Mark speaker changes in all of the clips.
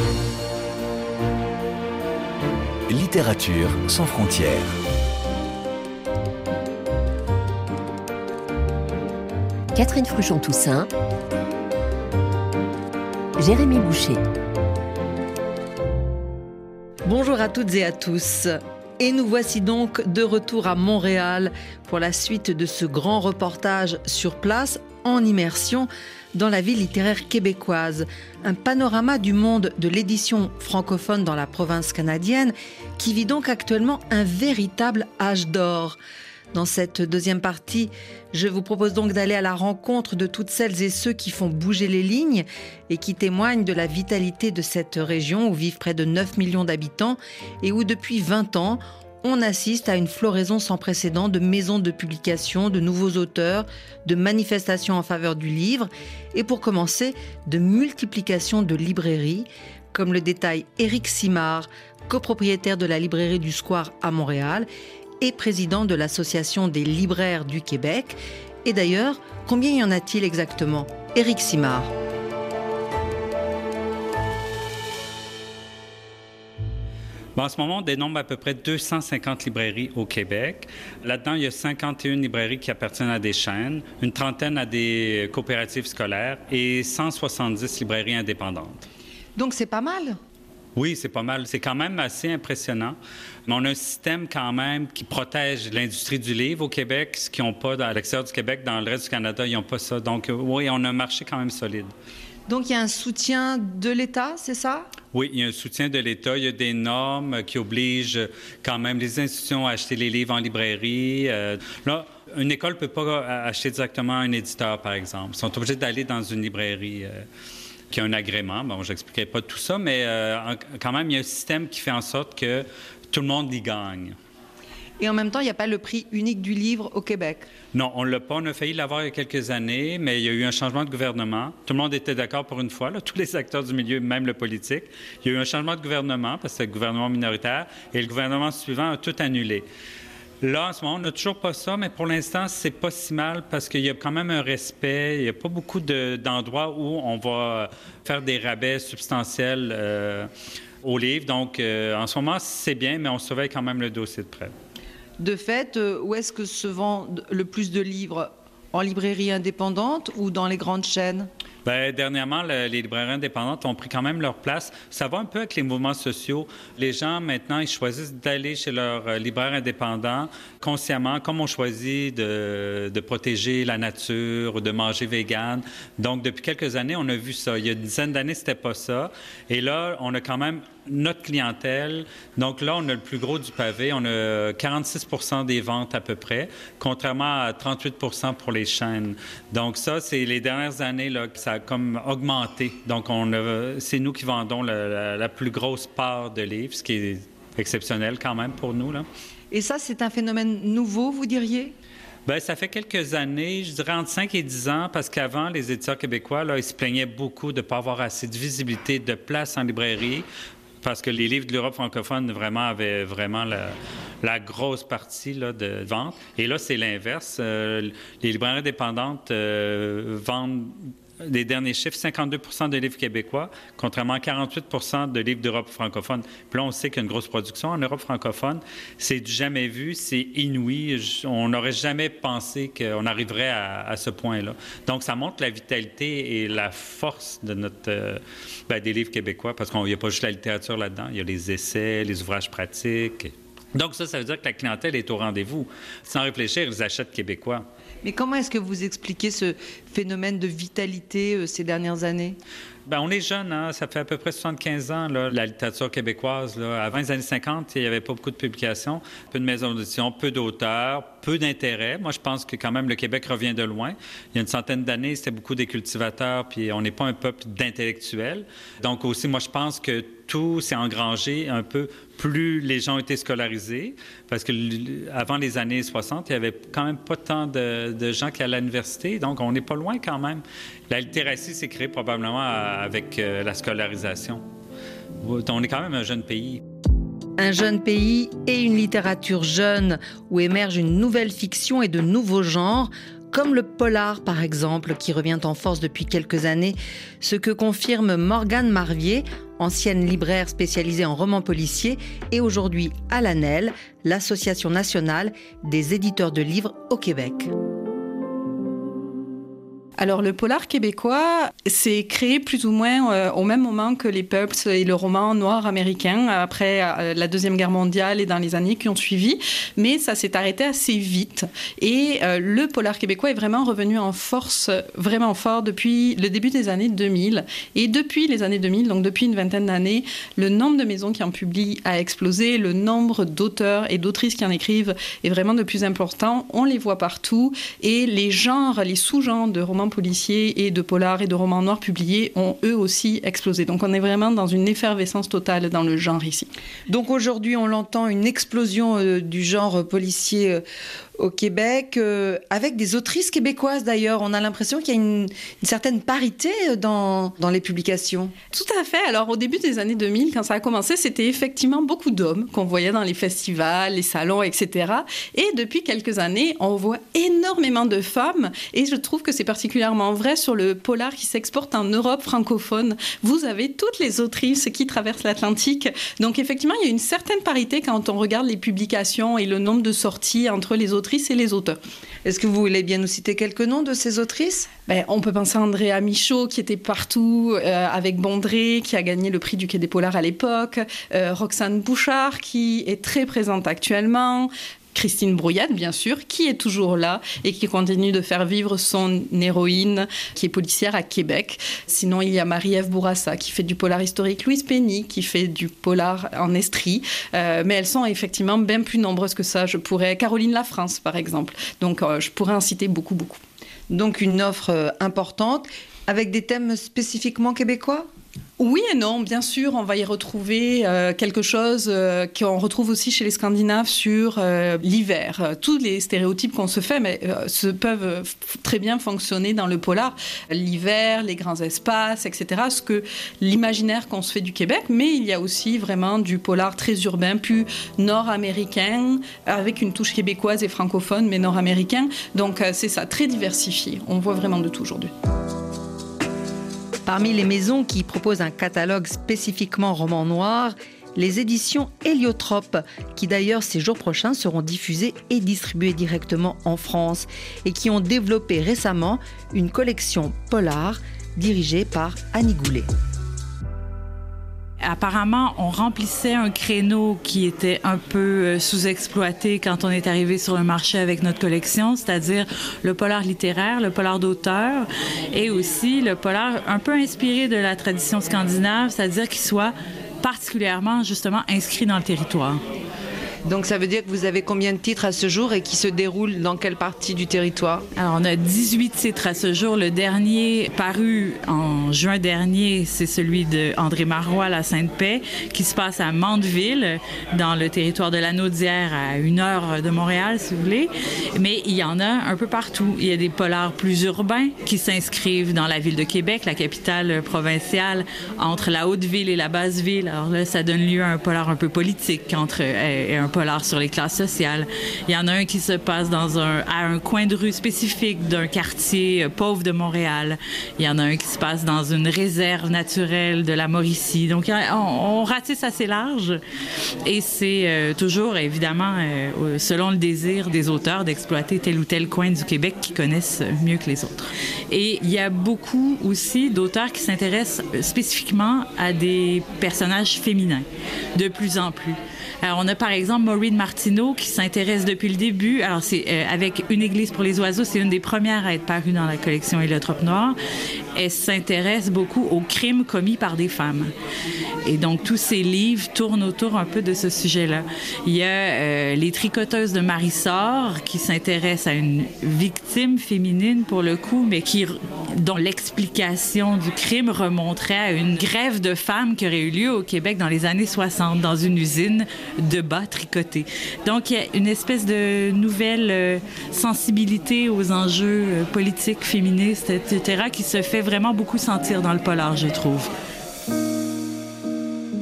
Speaker 1: Littérature sans frontières.
Speaker 2: Catherine Fruchon-Toussaint, Jérémy Boucher.
Speaker 3: Bonjour à toutes et à tous. Et nous voici donc de retour à Montréal pour la suite de ce grand reportage sur place, en immersion, dans la ville littéraire québécoise. Un panorama du monde de l'édition francophone dans la province canadienne qui vit donc actuellement un véritable âge d'or. Dans cette deuxième partie, je vous propose donc d'aller à la rencontre de toutes celles et ceux qui font bouger les lignes et qui témoignent de la vitalité de cette région où vivent près de 9 millions d'habitants et où depuis 20 ans, on assiste à une floraison sans précédent de maisons de publication, de nouveaux auteurs, de manifestations en faveur du livre et pour commencer, de multiplication de librairies, comme le détaille Éric Simard, copropriétaire de la librairie du Square à Montréal et président de l'Association des libraires du Québec. Et d'ailleurs, combien y en a-t-il exactement ? Éric Simard.
Speaker 4: En ce moment, on dénombre à peu près 250 librairies au Québec. Là-dedans, il y a 51 librairies qui appartiennent à des chaînes, une trentaine à des coopératives scolaires et 170 librairies indépendantes.
Speaker 3: Donc c'est pas mal ?
Speaker 4: Oui, c'est pas mal. C'est quand même assez impressionnant. Mais on a un système quand même qui protège l'industrie du livre au Québec, ce qu'ils n'ont pas à l'extérieur du Québec. Dans le reste du Canada, ils n'ont pas ça. Donc oui, on a un marché quand même solide. Donc
Speaker 3: il y a un soutien de l'État, c'est ça?
Speaker 4: Oui, il y a un soutien de l'État. Il y a des normes qui obligent quand même les institutions à acheter les livres en librairie. Là, une école ne peut pas acheter directement un éditeur, par exemple. Ils sont obligés d'aller dans une librairie qui a un agrément. Bon, je n'expliquerai pas tout ça, mais quand même, il y a un système qui fait en sorte que tout le monde y gagne.
Speaker 3: Et en même temps, il n'y a pas le prix unique du livre au Québec?
Speaker 4: Non, on ne l'a pas. On a failli l'avoir il y a quelques années, mais il y a eu un changement de gouvernement. Tout le monde était d'accord pour une fois, là, tous les acteurs du milieu, même le politique. Il y a eu un changement de gouvernement, parce que c'est le gouvernement minoritaire, et le gouvernement suivant a tout annulé. Là, en ce moment, on n'a toujours pas ça, mais pour l'instant, c'est pas si mal parce qu'il y a quand même un respect. Il n'y a pas beaucoup d'endroits où on va faire des rabais substantiels aux livres. Donc, en ce moment, c'est bien, mais on surveille quand même le dossier de près.
Speaker 3: De fait, où est-ce que se vend le plus de livres? En librairie indépendante ou dans les grandes chaînes?
Speaker 4: Bien, dernièrement, les librairies indépendantes ont pris quand même leur place. Ça va un peu avec les mouvements sociaux. Les gens, maintenant, ils choisissent d'aller chez leur libraire indépendant consciemment, comme on choisit de protéger la nature ou de manger vegan. Donc, depuis quelques années, on a vu ça. Il y a une dizaine d'années, c'était pas ça. Et là, on a quand même notre clientèle. Donc là, on a le plus gros du pavé. On a 46 % des ventes à peu près, contrairement à 38 % pour les chaînes. Donc ça, c'est les dernières années là, que ça a comme augmenté. Donc c'est nous qui vendons la plus grosse part de livres, ce qui est exceptionnel quand même pour nous, là.
Speaker 3: Et ça, c'est un phénomène nouveau, vous diriez?
Speaker 4: Bien, ça fait quelques années, je dirais entre 5 et 10 ans, parce qu'avant, les éditeurs québécois, là, ils se plaignaient beaucoup de ne pas avoir assez de visibilité, de place en librairie, parce que les livres de l'Europe francophone vraiment avaient vraiment la grosse partie là, de vente. Et là, c'est l'inverse. Les librairies indépendantes vendent les derniers chiffres, 52 % de livres québécois, contrairement à 48 % de livres d'Europe francophone. Puis là, on sait qu'il y a une grosse production en Europe francophone. C'est du jamais vu, c'est inouï. On n'aurait jamais pensé qu'on arriverait à ce point-là. Donc, ça montre la vitalité et la force de des livres québécois, parce qu'il n'y a pas juste la littérature là-dedans. Il y a les essais, les ouvrages pratiques. Donc, ça veut dire que la clientèle est au rendez-vous. Sans réfléchir, ils achètent québécois.
Speaker 3: Mais comment est-ce que vous expliquez ce phénomène de vitalité ces dernières années?
Speaker 4: Bien, on est jeunes, hein? Ça fait à peu près 75 ans, là, la littérature québécoise. Là. Avant les années 50, il n'y avait pas beaucoup de publications, peu de maisons d'édition, peu d'auteurs, peu d'intérêt. Moi, je pense que quand même le Québec revient de loin. Il y a une centaine d'années, c'était beaucoup des cultivateurs, puis on n'est pas un peuple d'intellectuels. Donc aussi, moi, je pense que tout s'est engrangé un peu plus les gens ont été scolarisés, parce que avant les années 60, il n'y avait quand même pas tant de gens qui allaient à l'université, donc on n'est pas loin quand même. La littératie s'est créée probablement avec la scolarisation. On est quand même un jeune pays.
Speaker 3: Un jeune pays et une littérature jeune où émerge une nouvelle fiction et de nouveaux genres, comme le polar par exemple, qui revient en force depuis quelques années, ce que confirme Morgane Marvier, ancienne libraire spécialisée en romans policiers et aujourd'hui à l'ANEL, l'Association nationale des éditeurs de livres au Québec.
Speaker 5: Alors, le polar québécois s'est créé plus ou moins au même moment que les pulps et le roman noir américain, après la Deuxième Guerre mondiale et dans les années qui ont suivi. Mais ça s'est arrêté assez vite. Et le polar québécois est vraiment revenu en force, vraiment fort, depuis le début des années 2000. Et depuis les années 2000, donc depuis une vingtaine d'années, le nombre de maisons qui en publient a explosé. Le nombre d'auteurs et d'autrices qui en écrivent est vraiment de plus important. On les voit partout. Et les genres, les sous-genres de romans policiers et de polars et de romans noirs publiés ont eux aussi explosé. Donc on est vraiment dans une effervescence totale dans le genre ici.
Speaker 3: Donc aujourd'hui on l'entend, une explosion du genre policier au Québec, avec des autrices québécoises d'ailleurs. On a l'impression qu'il y a une certaine parité dans les publications.
Speaker 5: Tout à fait. Alors au début des années 2000, quand ça a commencé, c'était effectivement beaucoup d'hommes qu'on voyait dans les festivals, les salons, etc. Et depuis quelques années, on voit énormément de femmes. Et je trouve que c'est particulièrement vrai sur le polar qui s'exporte en Europe francophone. Vous avez toutes les autrices qui traversent l'Atlantique. Donc effectivement, il y a une certaine parité quand on regarde les publications et le nombre de sorties entre les autrices et les auteurs.
Speaker 3: Est-ce que vous voulez bien nous citer quelques noms de ces autrices ?
Speaker 5: On peut penser à Andréa Michaud, qui était partout avec Bondrée, qui a gagné le prix du Quai des Polars à l'époque. Roxane Bouchard, qui est très présente actuellement. Christine Brouillette, bien sûr, qui est toujours là et qui continue de faire vivre son héroïne, qui est policière à Québec. Sinon, il y a Marie-Ève Bourassa, qui fait du polar historique, Louise Penny, qui fait du polar en estrie. Mais elles sont effectivement bien plus nombreuses que ça. Caroline Lafrance, par exemple. Donc, je pourrais en citer beaucoup, beaucoup.
Speaker 3: Donc, une offre importante, avec des thèmes spécifiquement québécois ?
Speaker 5: Oui et non, bien sûr, on va y retrouver quelque chose qu'on retrouve aussi chez les Scandinaves sur l'hiver. Tous les stéréotypes qu'on se fait peuvent très bien fonctionner dans le polar. L'hiver, les grands espaces, etc. Ce que l'imaginaire qu'on se fait du Québec, mais il y a aussi vraiment du polar très urbain, plus nord-américain, avec une touche québécoise et francophone, mais nord-américain. Donc c'est ça, très diversifié. On voit vraiment de tout aujourd'hui.
Speaker 3: Parmi les maisons qui proposent un catalogue spécifiquement roman noir, les éditions Héliotrope, qui d'ailleurs ces jours prochains seront diffusées et distribuées directement en France, et qui ont développé récemment une collection polar dirigée par Annie Goulet.
Speaker 6: Apparemment, on remplissait un créneau qui était un peu sous-exploité quand on est arrivé sur le marché avec notre collection, c'est-à-dire le polar littéraire, le polar d'auteur et aussi le polar un peu inspiré de la tradition scandinave, c'est-à-dire qu'il soit particulièrement, justement, inscrit dans le territoire.
Speaker 3: Donc ça veut dire que vous avez combien de titres à ce jour et qui se déroulent dans quelle partie du territoire ?
Speaker 6: Alors on a 18 titres à ce jour. Le dernier paru en juin dernier, c'est celui d'André Marois, La Sainte-Paix, qui se passe à Mandeville, dans le territoire de l'Anaudière, à 1 heure de Montréal, si vous voulez. Mais il y en a un peu partout. Il y a des polars plus urbains qui s'inscrivent dans la ville de Québec, la capitale provinciale, entre la Haute-Ville et la Basse-Ville. Alors là, ça donne lieu à un polar un peu politique et un polar sur les classes sociales. Il y en a un qui se passe à un coin de rue spécifique d'un quartier pauvre de Montréal. Il y en a un qui se passe dans une réserve naturelle de la Mauricie. Donc, on ratisse assez large et c'est toujours, évidemment, selon le désir des auteurs d'exploiter tel ou tel coin du Québec qu'ils connaissent mieux que les autres. Et il y a beaucoup aussi d'auteurs qui s'intéressent spécifiquement à des personnages féminins, de plus en plus. Alors, on a par exemple Maureen Martineau qui s'intéresse depuis le début. Alors, c'est avec Une église pour les oiseaux, c'est une des premières à être parue dans la collection Héliotrope Noire. Elle s'intéresse beaucoup aux crimes commis par des femmes. Et donc, tous ces livres tournent autour un peu de ce sujet-là. Il y a Les tricoteuses de Marissor qui s'intéressent à une victime féminine, pour le coup, mais dont l'explication du crime remonterait à une grève de femmes qui aurait eu lieu au Québec dans les années 60 dans une usine de bas tricotés. Donc, il y a une espèce de nouvelle sensibilité aux enjeux politiques, féministes, etc., qui se fait vraiment beaucoup sentir dans le polar, je trouve.
Speaker 3: Aux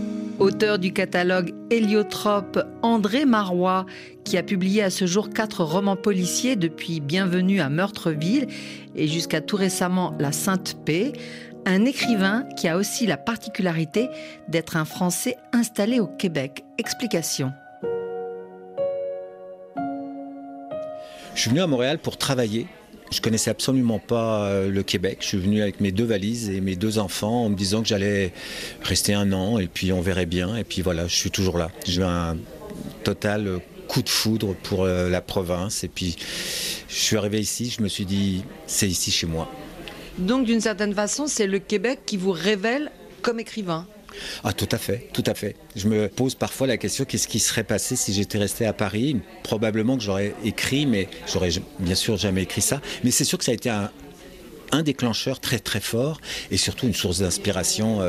Speaker 3: Auteur du catalogue Héliotrope, André Marois, qui a publié à ce jour 4 romans policiers depuis Bienvenue à Meurtreville et jusqu'à tout récemment La Sainte Paix. Un écrivain qui a aussi la particularité d'être un Français installé au Québec. Explication.
Speaker 7: Je suis venu à Montréal pour travailler. Je connaissais absolument pas le Québec. Je suis venu avec mes 2 valises et mes 2 enfants en me disant que j'allais rester 1 an et puis on verrait bien. Et puis voilà, je suis toujours là. J'ai eu un total coup de foudre pour la province. Et puis je suis arrivé ici, je me suis dit, c'est ici chez moi.
Speaker 3: Donc d'une certaine façon, c'est le Québec qui vous révèle comme écrivain.
Speaker 7: Ah, tout à fait, tout à fait. Je me pose parfois la question, qu'est-ce qui serait passé si j'étais resté à Paris ? Probablement que j'aurais écrit, mais j'aurais bien sûr jamais écrit ça. Mais c'est sûr que ça a été un déclencheur très très fort et surtout une source d'inspiration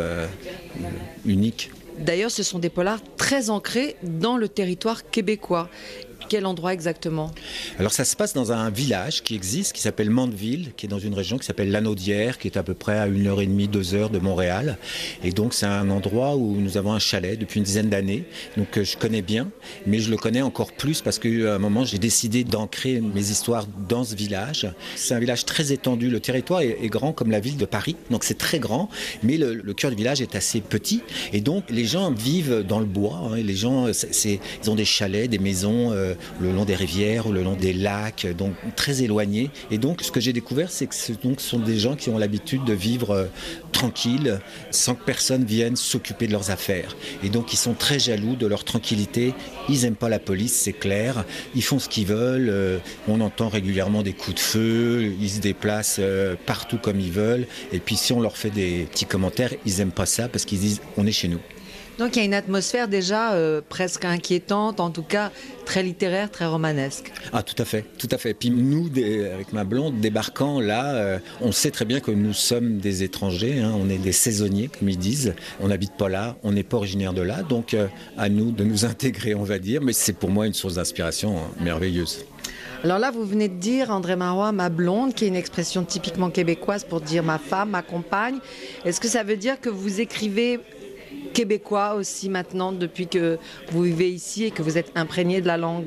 Speaker 7: unique.
Speaker 3: D'ailleurs, ce sont des polars très ancrés dans le territoire québécois. Quel endroit exactement ?
Speaker 7: Alors ça se passe dans un village qui existe, qui s'appelle Mandeville, qui est dans une région qui s'appelle Lanaudière, qui est à peu près à 1h30, 2h de Montréal. Et donc c'est un endroit où nous avons un chalet depuis une dizaine d'années. Donc je connais bien, mais je le connais encore plus parce qu'à un moment j'ai décidé d'ancrer mes histoires dans ce village. C'est un village très étendu, le territoire est grand comme la ville de Paris, donc c'est très grand, mais le cœur du village est assez petit. Et donc les gens vivent dans le bois, les gens ils ont des chalets, des maisons le long des rivières ou le long des lacs, donc très éloignés. Et donc ce que j'ai découvert, c'est que ce sont des gens qui ont l'habitude de vivre tranquilles, sans que personne vienne s'occuper de leurs affaires. Et donc ils sont très jaloux de leur tranquillité. Ils n'aiment pas la police, c'est clair. Ils font ce qu'ils veulent. On entend régulièrement des coups de feu. Ils se déplacent partout comme ils veulent. Et puis si on leur fait des petits commentaires, ils n'aiment pas ça parce qu'ils disent on est chez nous.
Speaker 3: Donc il y a une atmosphère déjà presque inquiétante, en tout cas très littéraire, très romanesque.
Speaker 7: Ah tout à fait, tout à fait. Puis nous, avec ma blonde, débarquant là, on sait très bien que nous sommes des étrangers, on est des saisonniers comme ils disent. On n'habite pas là, on n'est pas originaire de là, donc à nous de nous intégrer on va dire, mais c'est pour moi une source d'inspiration merveilleuse.
Speaker 3: Alors là, vous venez de dire, André Marois, ma blonde, qui est une expression typiquement québécoise pour dire ma femme, ma compagne. Est-ce que ça veut dire que vous écrivez québécois aussi maintenant depuis que vous vivez ici et que vous êtes imprégné de la langue ?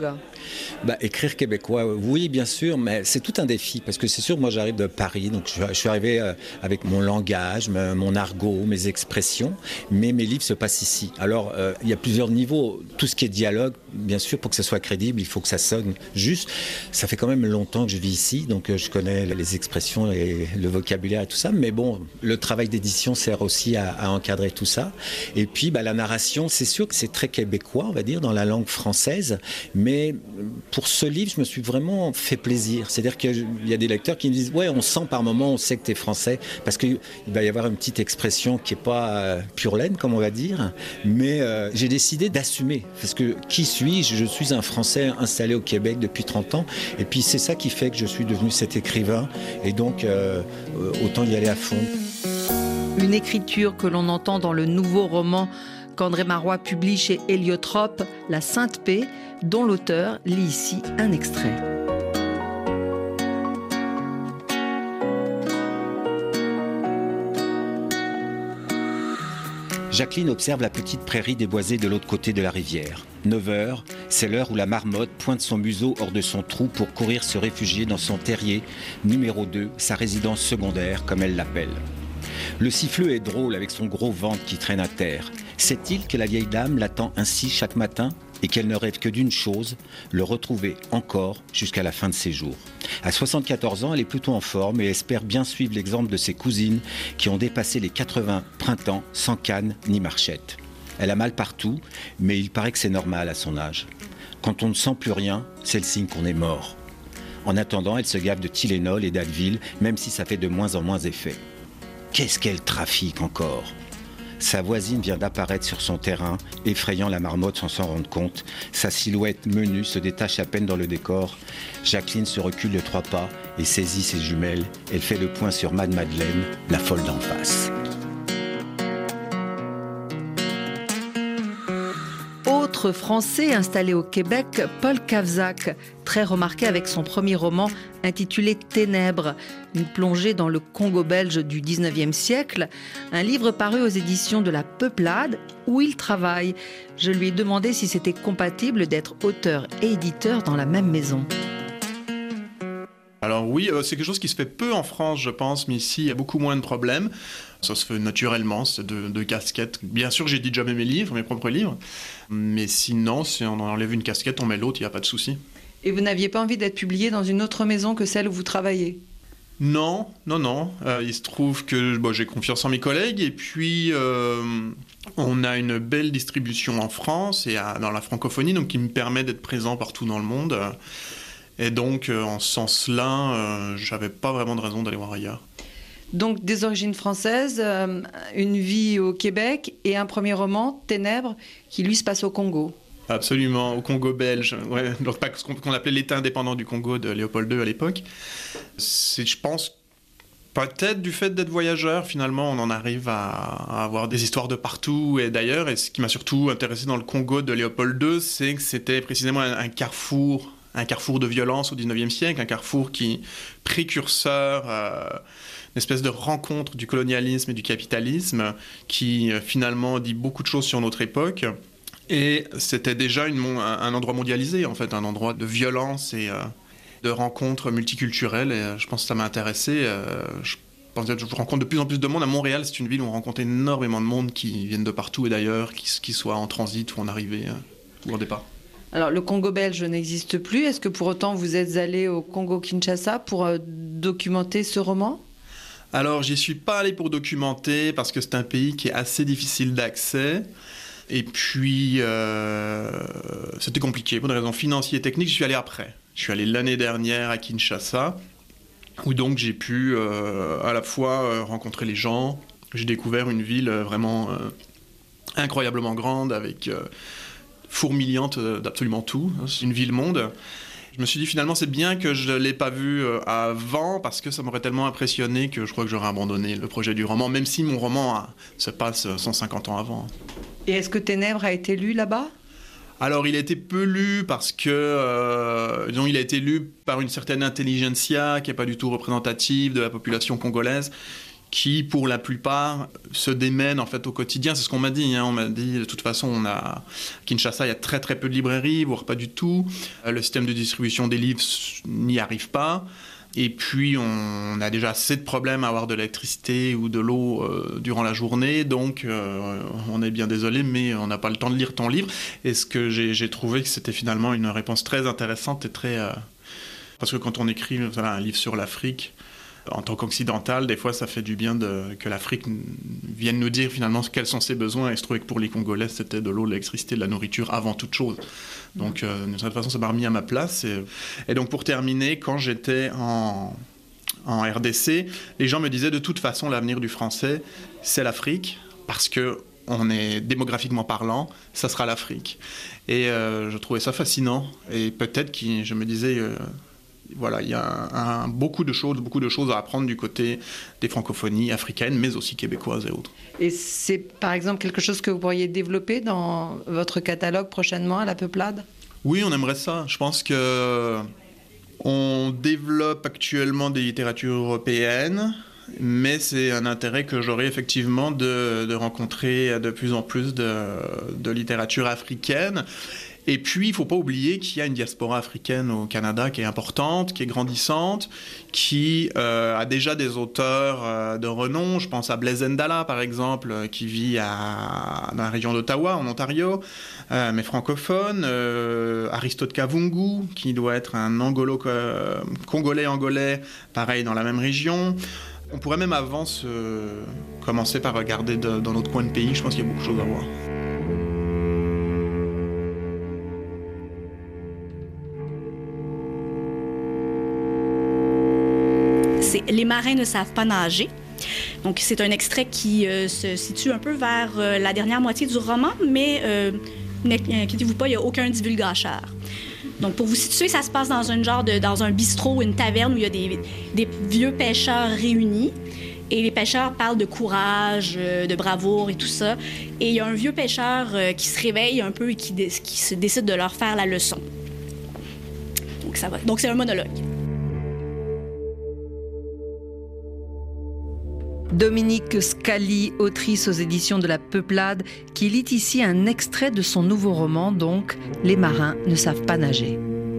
Speaker 7: Écrire québécois, oui bien sûr, mais c'est tout un défi parce que c'est sûr, moi j'arrive de Paris, donc je suis arrivé avec mon langage, mon argot, mes expressions, mais mes livres se passent ici. Alors il y a plusieurs niveaux, tout ce qui est dialogue, bien sûr, pour que ça soit crédible, il faut que ça sonne juste. Ça fait quand même longtemps que je vis ici, donc je connais les expressions et le vocabulaire et tout ça, mais bon, le travail d'édition sert aussi à encadrer tout ça. Et puis la narration, c'est sûr que c'est très québécois, on va dire, dans la langue française, mais pour ce livre, je me suis vraiment fait plaisir. C'est-à-dire qu'il y a des lecteurs qui me disent « Ouais, on sent par moment, on sait que tu es français », parce qu'il va y avoir une petite expression qui n'est pas pure laine, comme on va dire, mais j'ai décidé d'assumer, parce que qui suis-je ? Je suis un Français installé au Québec depuis 30 ans, et puis c'est ça qui fait que je suis devenu cet écrivain, et donc autant y aller à fond.
Speaker 3: Une écriture que l'on entend dans le nouveau roman qu'André Marois publie chez Héliotrope, La Sainte Paix, dont l'auteur lit ici un extrait.
Speaker 7: Jacqueline observe la petite prairie déboisée de l'autre côté de la rivière. 9h, c'est l'heure où la marmotte pointe son museau hors de son trou pour courir se réfugier dans son terrier, numéro 2, sa résidence secondaire, comme elle l'appelle. Le siffleux est drôle avec son gros ventre qui traîne à terre. Sait-il que la vieille dame l'attend ainsi chaque matin et qu'elle ne rêve que d'une chose, le retrouver encore jusqu'à la fin de ses jours. À 74 ans, elle est plutôt en forme et espère bien suivre l'exemple de ses cousines qui ont dépassé les 80 printemps sans canne ni marchette. Elle a mal partout, mais il paraît que c'est normal à son âge. Quand on ne sent plus rien, c'est le signe qu'on est mort. En attendant, elle se gave de Tylenol et d'Advil, même si ça fait de moins en moins effet. Qu'est-ce qu'elle trafique encore ? Sa voisine vient d'apparaître sur son terrain, effrayant la marmotte sans s'en rendre compte. Sa silhouette menue se détache à peine dans le décor. Jacqueline se recule de 3 pas et saisit ses jumelles. Elle fait le point sur Madeleine, la folle d'en face.
Speaker 3: Autre autre Français installé au Québec, Paul Cavzac, très remarqué avec son premier roman intitulé Ténèbres, une plongée dans le Congo belge du 19e siècle, un livre paru aux éditions de La Peuplade où il travaille. Je lui ai demandé si c'était compatible d'être auteur et éditeur dans la même maison.
Speaker 8: Alors oui, c'est quelque chose qui se fait peu en France, je pense, mais ici, il y a beaucoup moins de problèmes. Ça se fait naturellement, c'est deux casquettes. Bien sûr, j'édite jamais mes propres livres, mais sinon, si on enlève une casquette, on met l'autre, il n'y a pas de souci.
Speaker 3: Et vous n'aviez pas envie d'être publié dans une autre maison que celle où vous travaillez ?
Speaker 8: Non. Il se trouve que j'ai confiance en mes collègues, et puis on a une belle distribution en France et dans la francophonie, donc qui me permet d'être présent partout dans le monde. Et donc, en ce sens-là, j'avais pas vraiment de raison d'aller voir ailleurs.
Speaker 3: Donc, des origines françaises, une vie au Québec et un premier roman, Ténèbres, qui lui se passe au Congo.
Speaker 8: Absolument, au Congo belge. Ouais, donc pas ce qu'on appelait l'État indépendant du Congo de Léopold II à l'époque. C'est, je pense, peut-être du fait d'être voyageur, finalement, on en arrive à avoir des histoires de partout et d'ailleurs. Et ce qui m'a surtout intéressé dans le Congo de Léopold II, c'est que c'était précisément un carrefour de violence au 19e siècle, un carrefour précurseur, une espèce de rencontre du colonialisme et du capitalisme qui finalement dit beaucoup de choses sur notre époque. Et c'était déjà un endroit mondialisé, en fait, un endroit de violence et de rencontres multiculturelles. Et je pense que ça m'a intéressé. Je rencontre de plus en plus de monde. À Montréal, c'est une ville où on rencontre énormément de monde qui viennent de partout et d'ailleurs, qui soient en transit ou en arrivée ou en départ.
Speaker 3: Alors, le Congo belge n'existe plus. Est-ce que pour autant vous êtes allé au Congo-Kinshasa pour documenter ce roman ?
Speaker 8: Alors, j'y suis pas allé pour documenter parce que c'est un pays qui est assez difficile d'accès. Et puis, c'était compliqué pour des raisons financières et techniques. Je suis allé après. Je suis allé l'année dernière à Kinshasa, où donc j'ai pu à la fois rencontrer les gens. J'ai découvert une ville vraiment incroyablement grande avec... fourmiliante d'absolument tout. C'est une ville-monde. Je me suis dit finalement c'est bien que je ne l'ai pas vu avant parce que ça m'aurait tellement impressionné que je crois que j'aurais abandonné le projet du roman, même si mon roman se passe 150 ans avant.
Speaker 3: Et est-ce que Ténèbres a été lu là-bas ?
Speaker 8: Alors il a été peu lu parce que il a été lu par une certaine intelligentsia qui n'est pas du tout représentative de la population congolaise, qui, pour la plupart, se démènent en fait au quotidien. C'est ce qu'on m'a dit. On m'a dit, de toute façon, à Kinshasa, il y a très très peu de librairies, voire pas du tout. Le système de distribution des livres n'y arrive pas. Et puis, on a déjà assez de problèmes à avoir de l'électricité ou de l'eau durant la journée. Donc, on est bien désolé, mais on n'a pas le temps de lire ton livre. Et ce que j'ai trouvé que c'était finalement une réponse très intéressante et très... Parce que quand on écrit un livre sur l'Afrique, en tant qu'occidental, des fois, ça fait du bien que l'Afrique vienne nous dire finalement quels sont ses besoins. Et je trouvais que pour les Congolais, c'était de l'eau, de l'électricité, de la nourriture avant toute chose. Donc, d'une certaine façon, ça m'a remis à ma place. Et donc, pour terminer, quand j'étais en RDC, les gens me disaient de toute façon, l'avenir du français, c'est l'Afrique, parce qu'on est démographiquement parlant, ça sera l'Afrique. Et je trouvais ça fascinant. Et peut-être que je me disais... Voilà, il y a beaucoup de choses à apprendre du côté des francophonies africaines, mais aussi québécoises et autres.
Speaker 3: Et c'est par exemple quelque chose que vous pourriez développer dans votre catalogue prochainement à La Peuplade ?
Speaker 8: Oui, on aimerait ça. Je pense qu'on développe actuellement des littératures européennes, mais c'est un intérêt que j'aurais effectivement de rencontrer de plus en plus de littérature africaine. Et puis, il ne faut pas oublier qu'il y a une diaspora africaine au Canada qui est importante, qui est grandissante, qui a déjà des auteurs de renom. Je pense à Blaise Ndala, par exemple, qui vit dans la région d'Ottawa, en Ontario, mais francophone. Aristote Kavungu, qui doit être un Congolais, pareil, dans la même région. On pourrait même commencer par regarder dans notre coin de pays. Je pense qu'il y a beaucoup de choses à voir.
Speaker 9: Les marins ne savent pas nager. Donc, c'est un extrait qui se situe un peu vers la dernière moitié du roman, mais n'inquiétez-vous pas, il n'y a aucun divulgateur. Donc, pour vous situer, ça se passe dans un bistrot, une taverne où il y a des vieux pêcheurs réunis. Et les pêcheurs parlent de courage, de bravoure et tout ça. Et il y a un vieux pêcheur qui se réveille un peu et qui se décide de leur faire la leçon. Donc ça va. Donc c'est un monologue.
Speaker 3: Dominique Scali, autrice aux éditions de La Peuplade, qui lit ici un extrait de son nouveau roman, donc « Les marins ne savent pas nager ».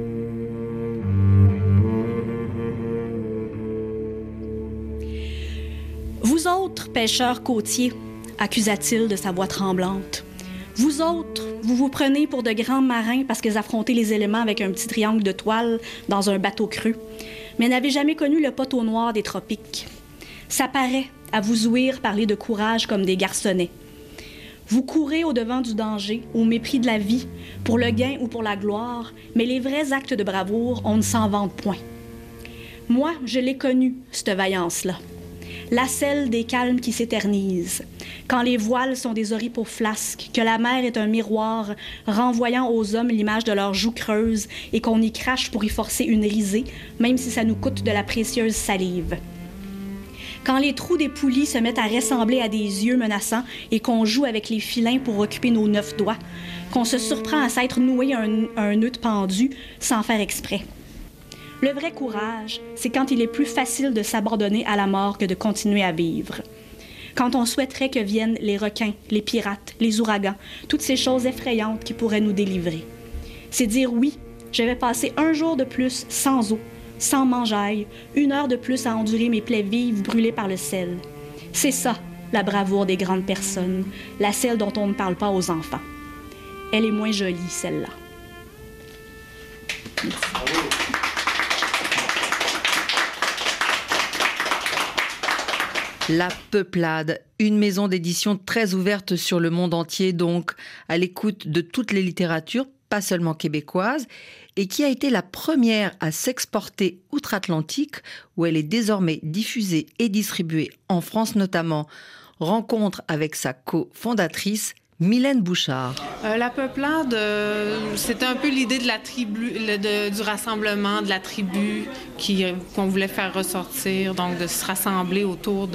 Speaker 9: Vous autres, pêcheurs côtiers, accusa-t-il de sa voix tremblante, vous autres, vous vous prenez pour de grands marins parce que vous affrontez les éléments avec un petit triangle de toile dans un bateau creux, mais n'avez jamais connu le poteau noir des tropiques. Ça paraît, à vous ouïr parler de courage comme des garçonnets. Vous courez au-devant du danger, au mépris de la vie, pour le gain ou pour la gloire, mais les vrais actes de bravoure, on ne s'en vante point. Moi, je l'ai connue, cette vaillance-là. La selle des calmes qui s'éternisent, quand les voiles sont des oripeaux flasques, que la mer est un miroir renvoyant aux hommes l'image de leurs joues creuses et qu'on y crache pour y forcer une risée, même si ça nous coûte de la précieuse salive. Quand les trous des poulies se mettent à ressembler à des yeux menaçants et qu'on joue avec les filins pour occuper nos 9 doigts, qu'on se surprend à s'être noué un nœud pendu sans faire exprès. Le vrai courage, c'est quand il est plus facile de s'abandonner à la mort que de continuer à vivre. Quand on souhaiterait que viennent les requins, les pirates, les ouragans, toutes ces choses effrayantes qui pourraient nous délivrer. C'est dire oui, je vais passer un jour de plus sans eau, sans mangeaille, 1 heure de plus à endurer mes plaies vives brûlées par le sel. C'est ça, la bravoure des grandes personnes, la celle dont on ne parle pas aux enfants. Elle est moins jolie, celle-là. Merci.
Speaker 3: La Peuplade, une maison d'édition très ouverte sur le monde entier, donc à l'écoute de toutes les littératures, pas seulement québécoises, et qui a été la première à s'exporter outre-Atlantique, où elle est désormais diffusée et distribuée en France notamment. Rencontre avec sa cofondatrice, Mylène Bouchard.
Speaker 10: La Peuplade, c'était un peu l'idée de la tribu, du rassemblement de la tribu qu'on voulait faire ressortir, donc de se rassembler autour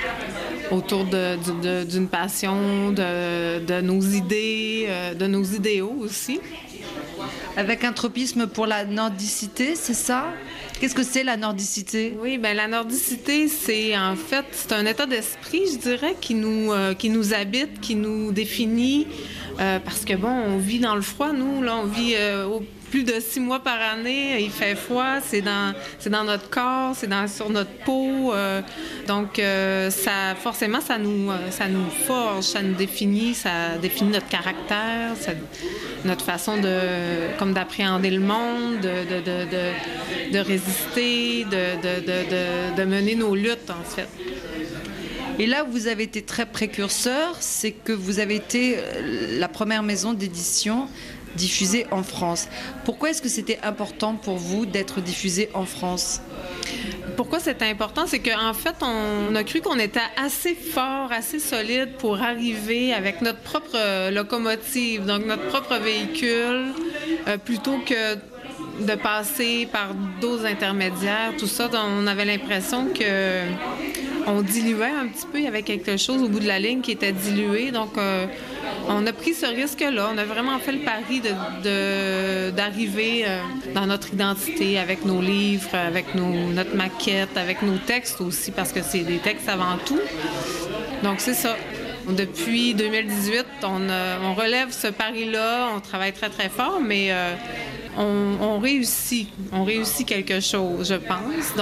Speaker 10: d'une passion, de nos idées, de nos idéaux aussi.
Speaker 3: Avec un tropisme pour la nordicité, c'est ça? Qu'est-ce que c'est la nordicité?
Speaker 10: Oui, bien la nordicité, c'est un état d'esprit, je dirais, qui nous habite, qui nous définit. Parce que bon, on vit dans le froid, nous, là, on vit plus de 6 mois par année, il fait froid, c'est dans notre corps, sur notre peau. Donc, forcément, ça nous forge, ça nous définit, ça définit notre caractère, notre façon d'appréhender le monde, de résister, de mener nos luttes, en fait.
Speaker 3: Et là, vous avez été très précurseur, c'est que vous avez été la première maison d'édition diffusée en France. Pourquoi est-ce que c'était important pour vous d'être diffusée en France?
Speaker 10: Pourquoi c'était important? C'est qu'en fait, on a cru qu'on était assez fort, assez solide pour arriver avec notre propre locomotive, donc notre propre véhicule, plutôt que de passer par d'autres intermédiaires, tout ça. On avait l'impression qu'on diluait un petit peu. Il y avait quelque chose au bout de la ligne qui était dilué. Donc, on a pris ce risque-là. On a vraiment fait le pari d'arriver dans notre identité avec nos livres, avec notre maquette, avec nos textes aussi, parce que c'est des textes avant tout. Donc, c'est ça. Depuis 2018, on relève ce pari-là. On travaille très, très fort, mais on réussit. On réussit quelque chose, je pense.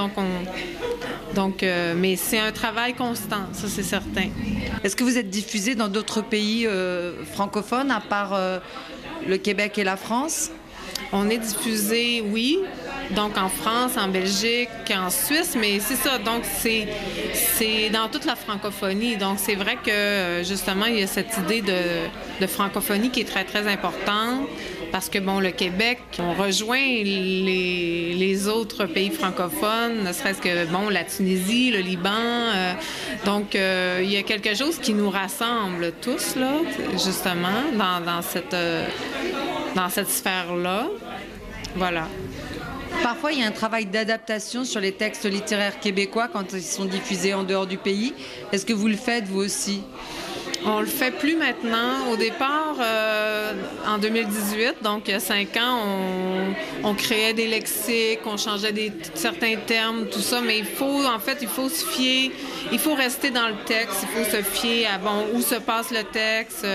Speaker 10: Mais c'est un travail constant, ça, c'est certain.
Speaker 3: Est-ce que vous êtes diffusé dans d'autres pays francophones, à part le Québec et la France?
Speaker 10: On est diffusé, oui, donc en France, en Belgique, en Suisse, mais c'est ça, donc c'est dans toute la francophonie. Donc c'est vrai que, justement, il y a cette idée de francophonie qui est très, très importante, parce que, bon, le Québec, on rejoint les autres pays francophones, ne serait-ce que, bon, la Tunisie, le Liban. Donc, il y a quelque chose qui nous rassemble tous, là, justement, dans cette sphère-là. Voilà.
Speaker 3: Parfois, il y a un travail d'adaptation sur les textes littéraires québécois quand ils sont diffusés en dehors du pays. Est-ce que vous le faites, vous aussi?
Speaker 10: On le fait plus maintenant. Au départ, en 2018, donc il y a 5 ans, on créait des lexiques, on changeait certains termes, tout ça, mais il faut se fier, il faut rester dans le texte, il faut se fier à où se passe le texte,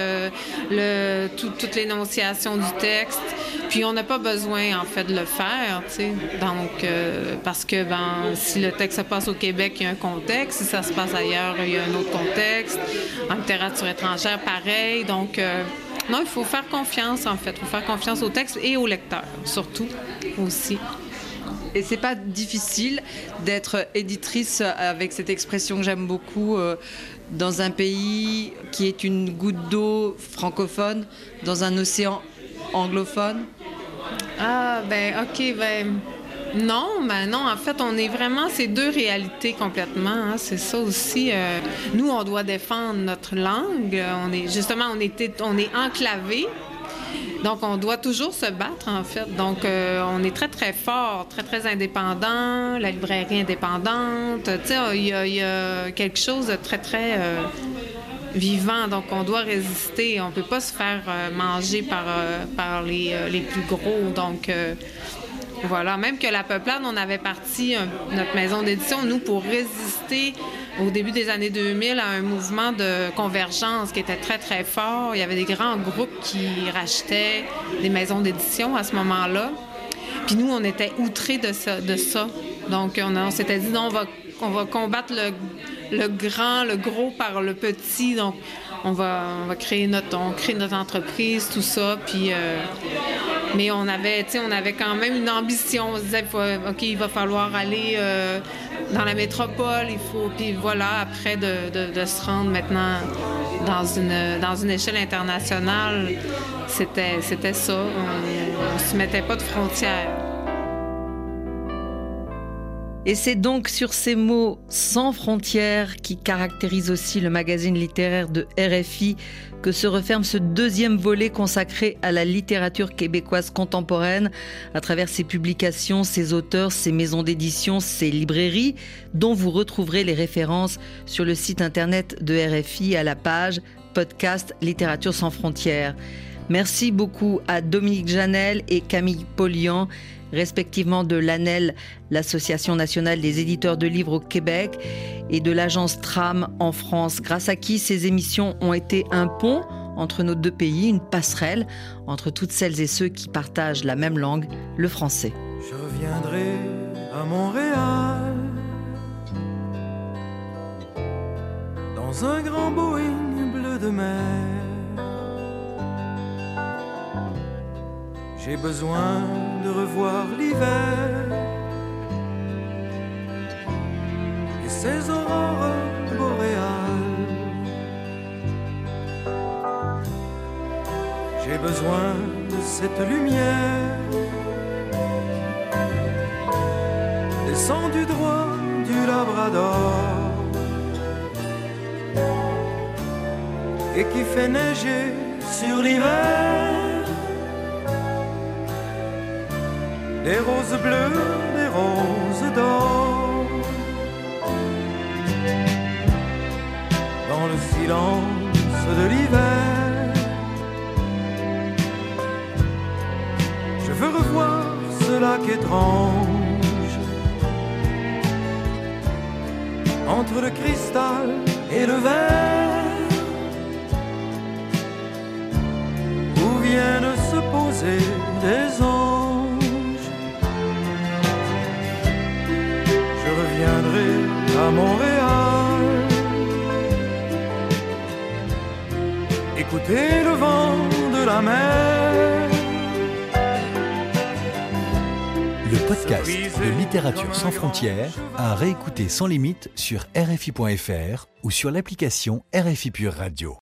Speaker 10: toute l'énonciation du texte. Puis on n'a pas besoin, en fait, de le faire, tu sais. Donc, parce que, si le texte se passe au Québec, il y a un contexte. Si ça se passe ailleurs, il y a un autre contexte. En littérature étrangère, pareil. Donc, non, il faut faire confiance, en fait. Il faut faire confiance au texte et au lecteur, surtout, aussi.
Speaker 3: Et c'est pas difficile d'être éditrice avec cette expression que j'aime beaucoup dans un pays qui est une goutte d'eau francophone, dans un océan anglophone?
Speaker 10: Ah, OK, non, en fait, on est vraiment ces deux réalités complètement, hein, c'est ça aussi. Nous, on doit défendre notre langue, on est enclavés, donc on doit toujours se battre, en fait. Donc, on est très, très fort, très, très indépendant, la librairie indépendante, tu sais, il y a quelque chose de très, très vivant, donc on doit résister, on peut pas se faire manger par les plus gros, donc... Voilà, même que La Peuplade, on avait parti notre maison d'édition, nous, pour résister au début des années 2000 à un mouvement de convergence qui était très, très fort. Il y avait des grands groupes qui rachetaient des maisons d'édition à ce moment-là. Puis nous, on était outrés de ça. Donc, on s'était dit, non, on va combattre le grand, le gros par le petit. Donc, on crée notre entreprise, tout ça. Puis... mais on avait quand même une ambition. On se disait, OK, il va falloir aller dans la métropole. Puis voilà, après de se rendre maintenant dans une échelle internationale, c'était ça. On ne se mettait pas de frontières.
Speaker 3: Et c'est donc sur ces mots sans frontières qui caractérisent aussi le magazine littéraire de RFI que se referme ce deuxième volet consacré à la littérature québécoise contemporaine à travers ses publications, ses auteurs, ses maisons d'édition, ses librairies, dont vous retrouverez les références sur le site internet de RFI à la page podcast Littérature sans frontières. Merci beaucoup à Dominique Janel et Camille Polian, respectivement de l'ANEL, l'Association nationale des éditeurs de livres au Québec, et de l'agence Tram en France, grâce à qui ces émissions ont été un pont entre nos deux pays, une passerelle entre toutes celles et ceux qui partagent la même langue, le français.
Speaker 11: Je reviendrai à Montréal dans un grand Boeing bleu de mer. J'ai besoin de revoir l'hiver et ses aurores boréales. J'ai besoin de cette lumière descendue droit du Labrador et qui fait neiger sur l'hiver. Des roses bleues, des roses d'or. Dans le silence de l'hiver, je veux revoir ce lac étrange entre le cristal et le verre, où viennent se poser des anges. Je reviendrai à Montréal, écouter le vent de la mer.
Speaker 1: Le podcast de Littérature sans frontières à réécouter sans limite sur RFI.fr ou sur l'application RFI Pure Radio.